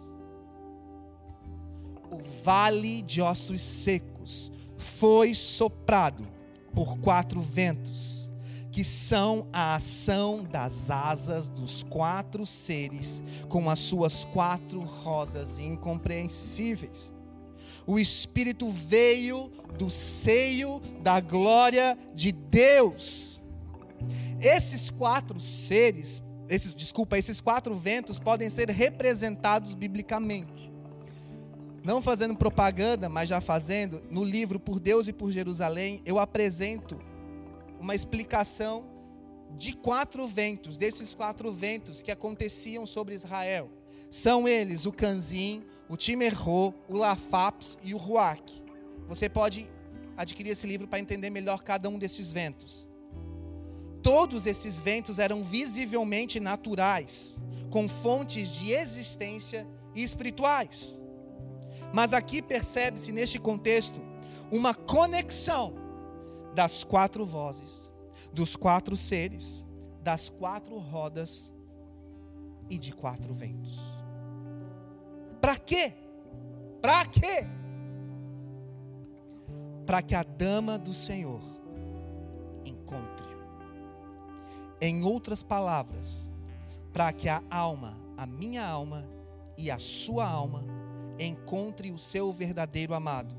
O vale de ossos secos foi soprado por quatro ventos, que são a ação das asas dos quatro seres, com as suas quatro rodas incompreensíveis. O Espírito veio do seio da glória de Deus. Esses quatro seres, esses, desculpa, esses quatro ventos podem ser representados biblicamente. Não fazendo propaganda, mas já fazendo, no livro Por Deus e por Jerusalém, eu apresento uma explicação de quatro ventos, desses quatro ventos que aconteciam sobre Israel. São eles o Canzim, o Timerô, o Lafaps e o Ruach. Você pode adquirir esse livro para entender melhor cada um desses ventos. Todos esses ventos eram visivelmente naturais, com fontes de existência e espirituais. Mas aqui percebe-se neste contexto uma conexão das quatro vozes, dos quatro seres, das quatro rodas e de quatro ventos. Para quê? Para quê? Para que a dama do Senhor encontre. Em outras palavras, para que a alma, a minha alma e a sua alma encontre o seu verdadeiro amado.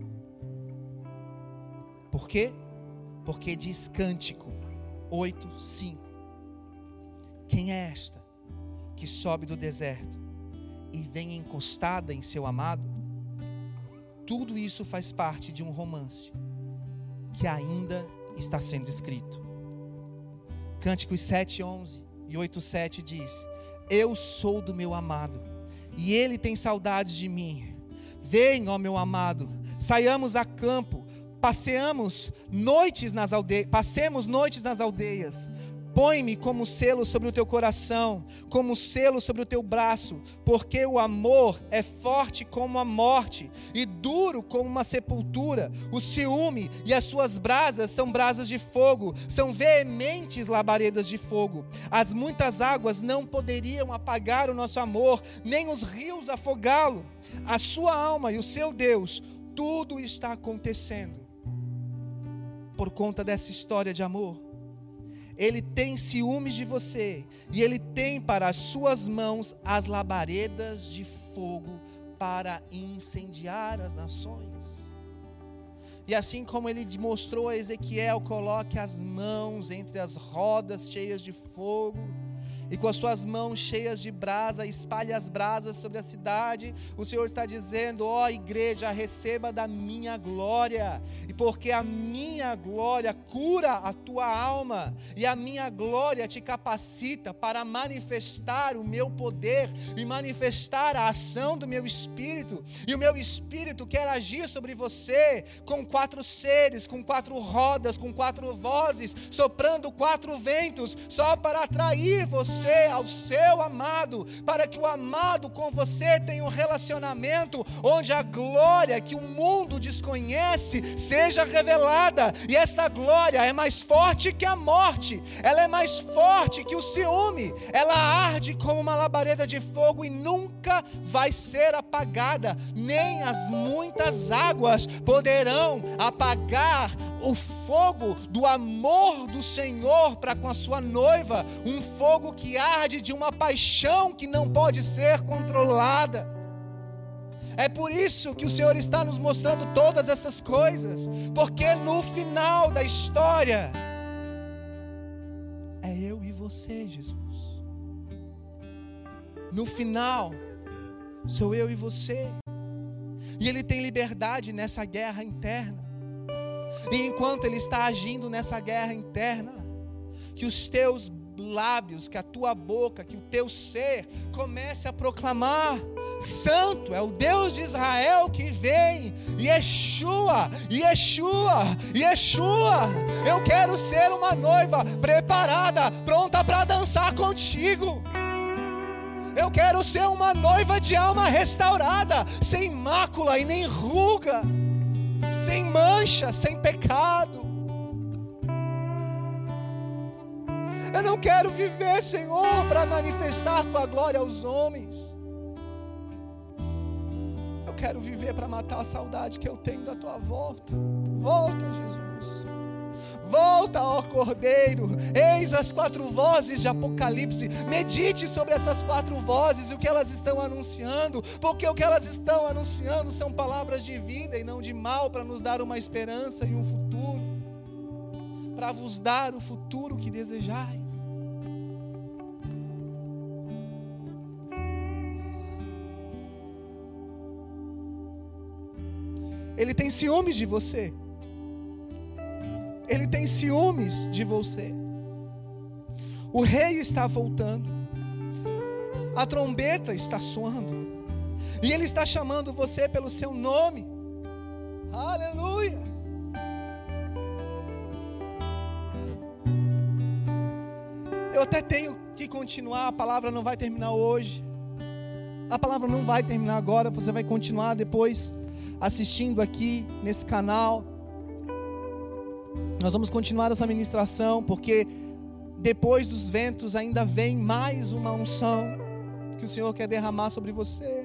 Por quê? Porque diz Cântico oito, cinco. Quem é esta que sobe do deserto e vem encostada em seu amado? Tudo isso faz parte de um romance que ainda está sendo escrito. Cânticos sete, onze e oito, sete diz: eu sou do meu amado, e ele tem saudades de mim. Vem, ó meu amado, saiamos a campo, passeamos noites nas aldeias, passemos noites nas aldeias. Põe-me como selo sobre o teu coração, como selo sobre o teu braço, porque o amor é forte como a morte e duro como uma sepultura. O ciúme e as suas brasas são brasas de fogo, são veementes labaredas de fogo. As muitas águas não poderiam apagar o nosso amor, nem os rios afogá-lo. A sua alma e o seu Deus, tudo está acontecendo por conta dessa história de amor. Ele tem ciúmes de você, e ele tem para as suas mãos as labaredas de fogo para incendiar as nações. E assim como ele mostrou a Ezequiel, coloque as mãos entre as rodas cheias de fogo, e com as suas mãos cheias de brasa, espalhe as brasas sobre a cidade. O Senhor está dizendo: ó igreja, receba da minha glória, e porque a minha glória cura a tua alma, e a minha glória te capacita para manifestar o meu poder, e manifestar a ação do meu Espírito, e o meu Espírito quer agir sobre você, com quatro seres, com quatro rodas, com quatro vozes, soprando quatro ventos, só para atrair você você ao seu amado, para que o amado com você tenha um relacionamento onde a glória que o mundo desconhece seja revelada. E essa glória é mais forte que a morte, ela é mais forte que o ciúme, ela arde como uma labareda de fogo e nunca vai ser apagada, nem as muitas águas poderão apagar o fogo do amor do Senhor para com a sua noiva, um fogo que arde de uma paixão que não pode ser controlada. É por isso que o Senhor está nos mostrando todas essas coisas, porque no final da história é eu e você, Jesus. No final sou eu e você, e Ele tem liberdade nessa guerra interna. E enquanto Ele está agindo nessa guerra interna, que os teus lábios, que a tua boca, que o teu ser comece a proclamar: Santo é o Deus de Israel que vem, Yeshua, Yeshua, Yeshua. Eu quero ser uma noiva preparada, pronta para dançar contigo. Eu quero ser uma noiva de alma restaurada, sem mácula e nem ruga, sem mancha, sem pecado. Eu não quero viver, Senhor, para manifestar Tua glória aos homens. Eu quero viver para matar a saudade que eu tenho da Tua volta. Volta, Jesus. Volta, ó Cordeiro. Eis as quatro vozes de Apocalipse. Medite sobre essas quatro vozes e o que elas estão anunciando, porque o que elas estão anunciando são palavras de vida e não de mal, para nos dar uma esperança e um futuro, para vos dar o futuro que desejais. Ele tem ciúmes de você. Ele tem ciúmes de você. O rei está voltando, a trombeta está soando, e Ele está chamando você pelo seu nome. Aleluia! Eu até tenho que continuar, a palavra não vai terminar hoje, a palavra não vai terminar agora, você vai continuar depois assistindo aqui nesse canal. Nós vamos continuar essa ministração, porque depois dos ventos ainda vem mais uma unção que o Senhor quer derramar sobre você.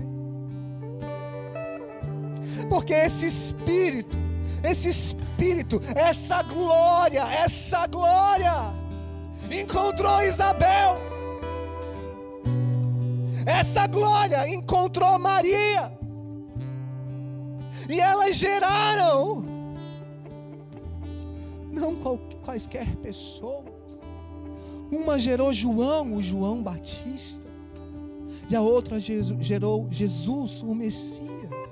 Porque esse Espírito, esse Espírito, essa glória, essa glória encontrou Isabel. Essa glória encontrou Maria. E elas geraram, não quaisquer pessoas. Uma gerou João, o João Batista, e a outra gerou Jesus, o Messias.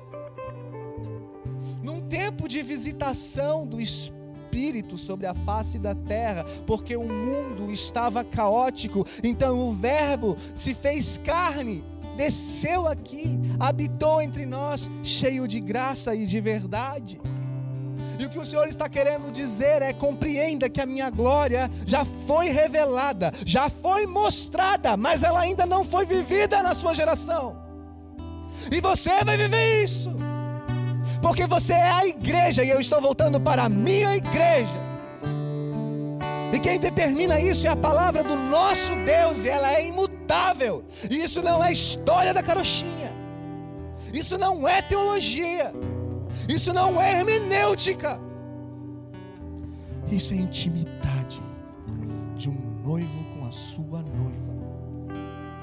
Num tempo de visitação do Espírito sobre a face da terra, porque o mundo estava caótico, então o Verbo se fez carne, desceu aqui, habitou entre nós, cheio de graça e de verdade. E o que o Senhor está querendo dizer é: compreenda que a minha glória já foi revelada, já foi mostrada, mas ela ainda não foi vivida na sua geração. E você vai viver isso, porque você é a igreja, e eu estou voltando para a minha igreja. E quem determina isso é a palavra do nosso Deus, e ela é imutável. E isso não é história da carochinha, isso não é teologia, isso não é hermenêutica, isso é intimidade de um noivo com a sua noiva.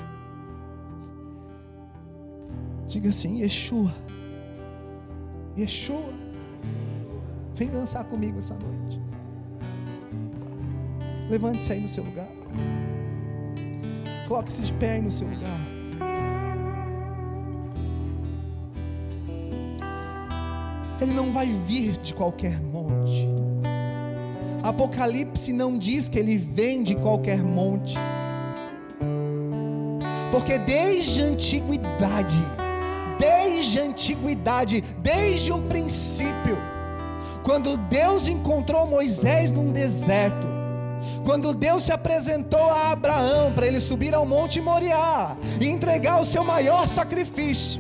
Diga assim: Yeshua, Yeshua, vem dançar comigo essa noite. Levante-se aí no seu lugar, coloque-se de pé aí no seu lugar. Ele não vai vir de qualquer monte. Apocalipse não diz que Ele vem de qualquer monte, porque desde a antiguidade, desde a antiguidade, desde o princípio, quando Deus encontrou Moisés num deserto, Quando Deus se apresentou a Abraão para ele subir ao Monte Moriá e entregar o seu maior sacrifício,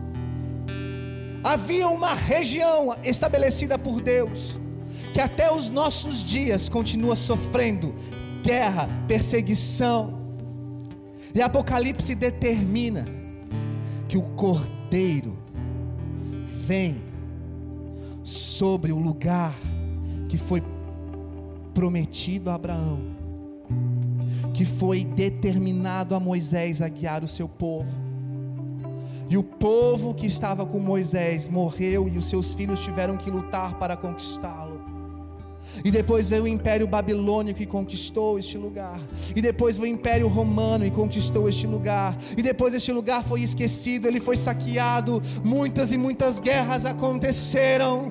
havia uma região estabelecida por Deus, que até os nossos dias continua sofrendo guerra, perseguição. E Apocalipse determina que o Cordeiro vem sobre o lugar que foi prometido a Abraão, que foi determinado a Moisés a guiar o seu povo. E o povo que estava com Moisés morreu, e os seus filhos tiveram que lutar para conquistá-lo. E depois veio o Império Babilônico e conquistou este lugar. E depois veio o Império Romano e conquistou este lugar. E depois este lugar foi esquecido, ele foi saqueado. Muitas e muitas guerras aconteceram.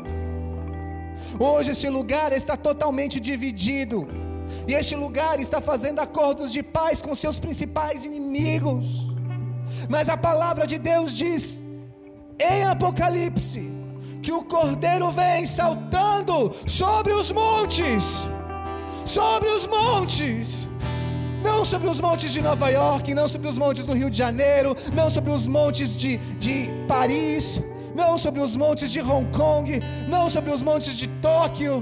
Hoje esse lugar está totalmente dividido. E este lugar está fazendo acordos de paz com seus principais inimigos. Mas a palavra de Deus diz em Apocalipse que o Cordeiro vem saltando sobre os montes, sobre os montes, não sobre os montes de Nova York, não sobre os montes do Rio de Janeiro, não sobre os montes de, de Paris, não sobre os montes de Hong Kong, não sobre os montes de Tóquio,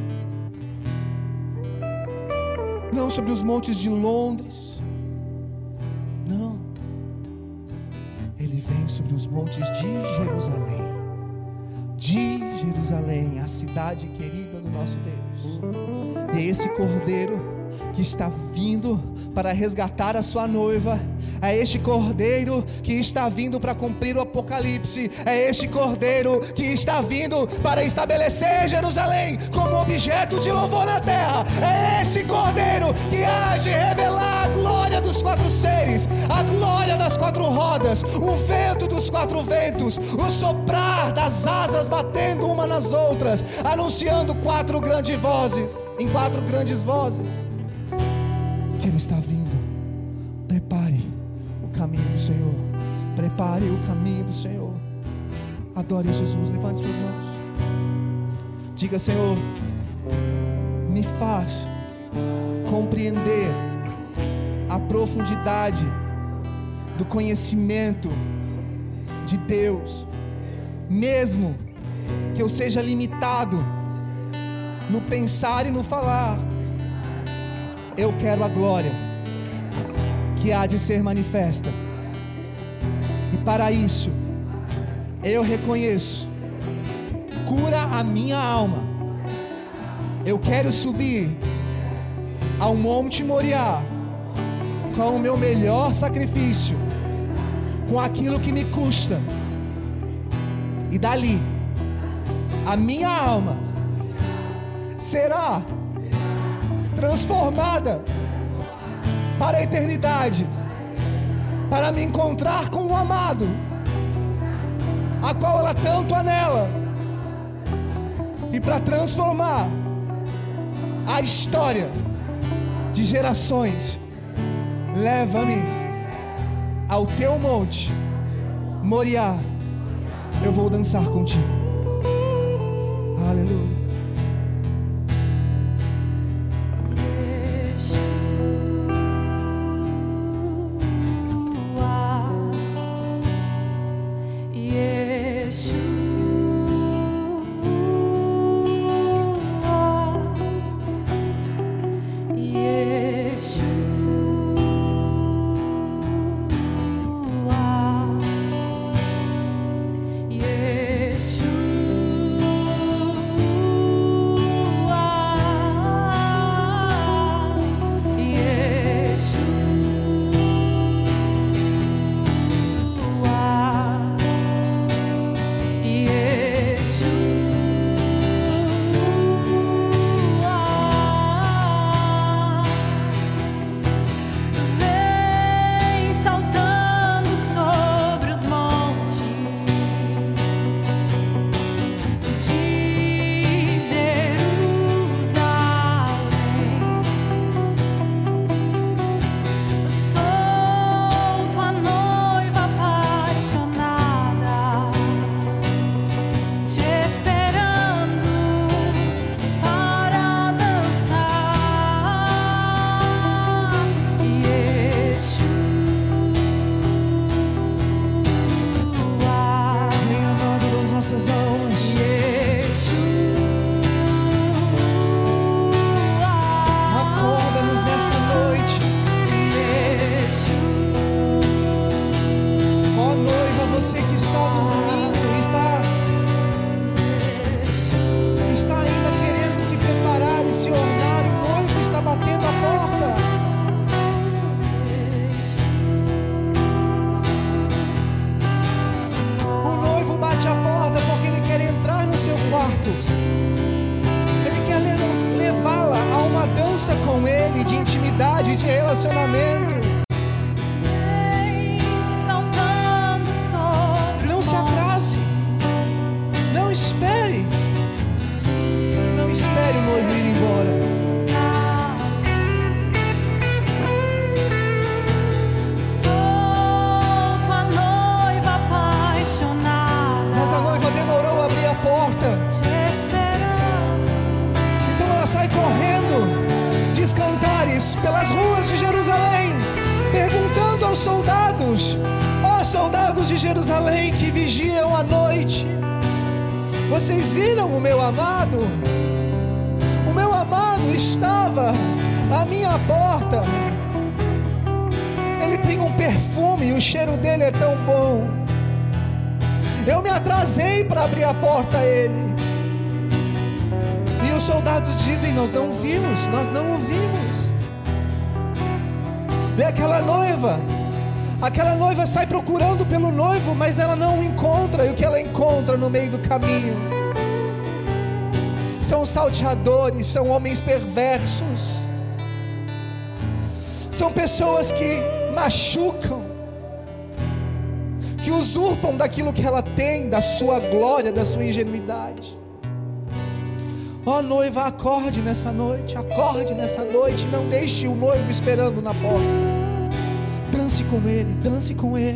não sobre os montes de Londres, não, ele vem sobre os montes de Jerusalém, de Jerusalém, a cidade querida do nosso Deus. E é esse Cordeiro que está vindo para resgatar a sua noiva, é este Cordeiro que está vindo para cumprir o Apocalipse, é este Cordeiro que está vindo para estabelecer Jerusalém como objeto de louvor na terra, é esse Cordeiro que há de revelar a glória dos quatro seres, a glória das quatro rodas, o vento dos quatro ventos, o soprar das asas batendo uma nas outras, anunciando quatro grandes vozes, em quatro grandes vozes, que Ele está vindo. Prepare o caminho do Senhor, prepare o caminho do Senhor. Adore Jesus, levante suas mãos, diga: Senhor, me faz compreender a profundidade do conhecimento de Deus, mesmo que eu seja limitado no pensar e no falar. Eu quero a glória que há de ser manifesta, e para isso eu reconheço: cura a minha alma. Eu quero subir ao Monte Moriá com o meu melhor sacrifício, com aquilo que me custa, e dali a minha alma será transformada para a eternidade, para me encontrar com o amado, a qual ela tanto anela, e para transformar a história de gerações. Leva-me ao teu monte Moriá, eu vou dançar contigo. Aleluia. Yeshua. aliança com Ele, de intimidade, de relacionamento. Não se atrase. Não espere. Não espere o noivo ir embora. Sai correndo, diz cantares pelas ruas de Jerusalém, perguntando aos soldados: ó oh, soldados de Jerusalém que vigiam à noite, vocês viram o meu amado? O meu amado estava à minha porta. Ele tem um perfume e o cheiro dele é tão bom. Eu me atrasei para abrir a porta a ele. E os soldados dizem: nós não vimos, nós não ouvimos. E aquela noiva, aquela noiva sai procurando pelo noivo, mas ela não o encontra. E o que ela encontra no meio do caminho são salteadores, são homens perversos, são pessoas que machucam, que usurpam daquilo que ela tem, da sua glória, da sua ingenuidade. Ó oh, noiva, acorde nessa noite, acorde nessa noite, não deixe o noivo esperando na porta. Dance com ele, dance com ele.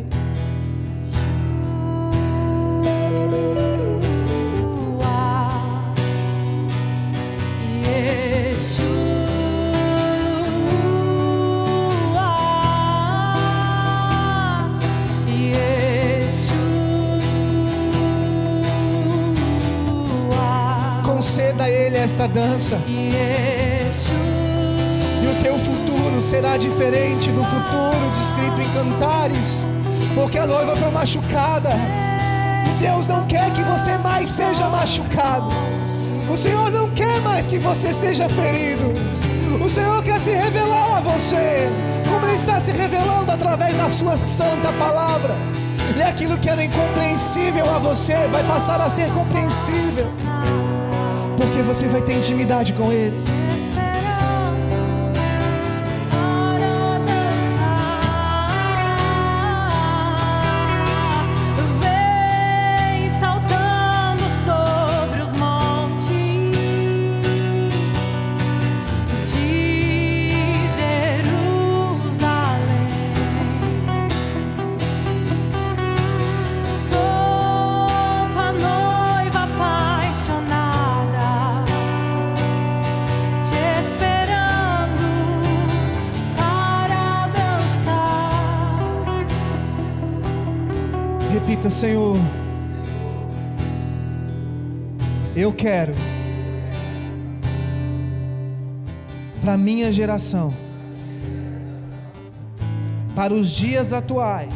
Conceda a ele esta dança, e o teu futuro será diferente do futuro descrito em Cantares, porque a noiva foi machucada, e Deus não quer que você mais seja machucado. O Senhor não quer mais que você seja ferido. O Senhor quer se revelar a você, como Ele está se revelando através da sua santa palavra. E aquilo que era incompreensível a você vai passar a ser compreensível, porque você vai ter intimidade com Ele. Vem saltando sobre os montes de Jerusalém. Sou tua noiva apaixonada, repita: Senhor, eu quero para minha geração, para os dias atuais,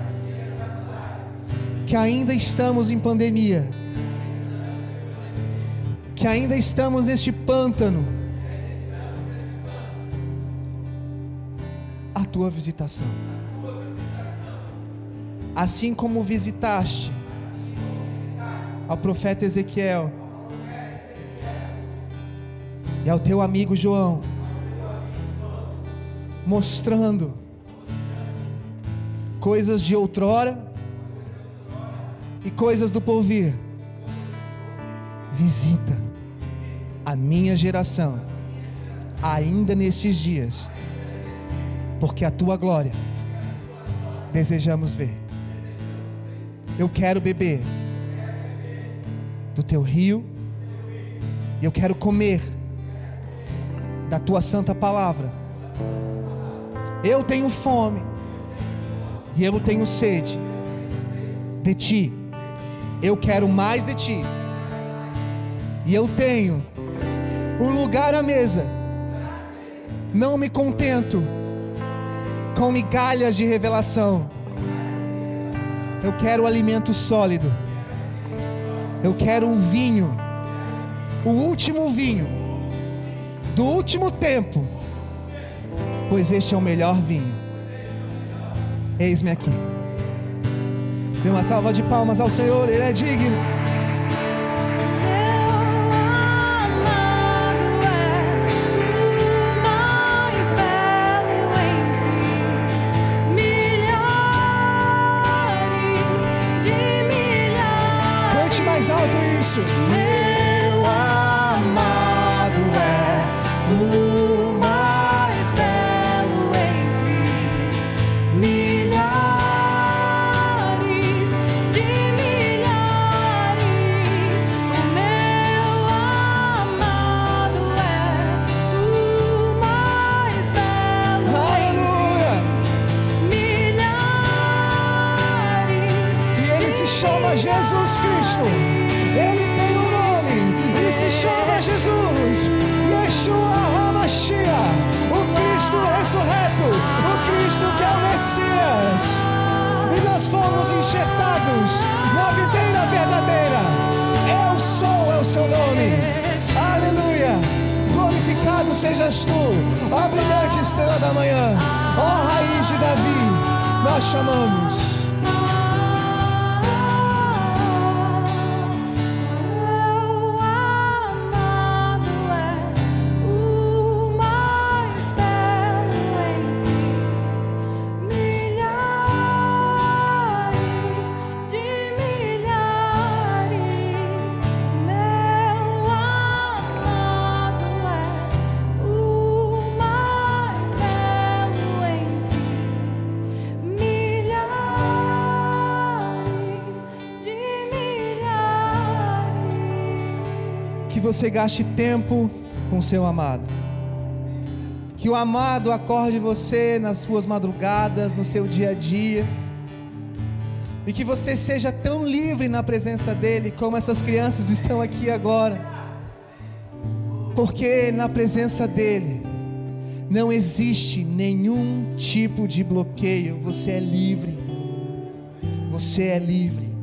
que ainda estamos em pandemia, que ainda estamos neste pântano, a tua visitação. Assim como visitaste ao profeta Ezequiel e ao teu amigo João, mostrando coisas de outrora e coisas do porvir, visita a minha geração ainda nestes dias, porque a tua glória desejamos ver. Eu quero beber do teu rio, e eu quero comer da tua santa palavra. Eu tenho fome e eu tenho sede de ti. Eu quero mais de ti, e eu tenho um lugar à mesa. Não me contento com migalhas de revelação. Eu quero o alimento sólido. Eu quero o vinho, o último vinho do último tempo, pois este é o melhor vinho. Eis-me aqui. Dê uma salva de palmas ao Senhor, Ele é digno. Meu amado é o enxertados na videira verdadeira. Eu sou, é o seu nome. Aleluia. Glorificado sejas tu, ó brilhante estrela da manhã, ó raiz de Davi, nós chamamos. Que você gaste tempo com seu amado. Que o amado acorde você nas suas madrugadas, no seu dia a dia. E que você seja tão livre na presença dele como essas crianças estão aqui agora. Porque na presença dele não existe nenhum tipo de bloqueio. Você é livre. Você é livre.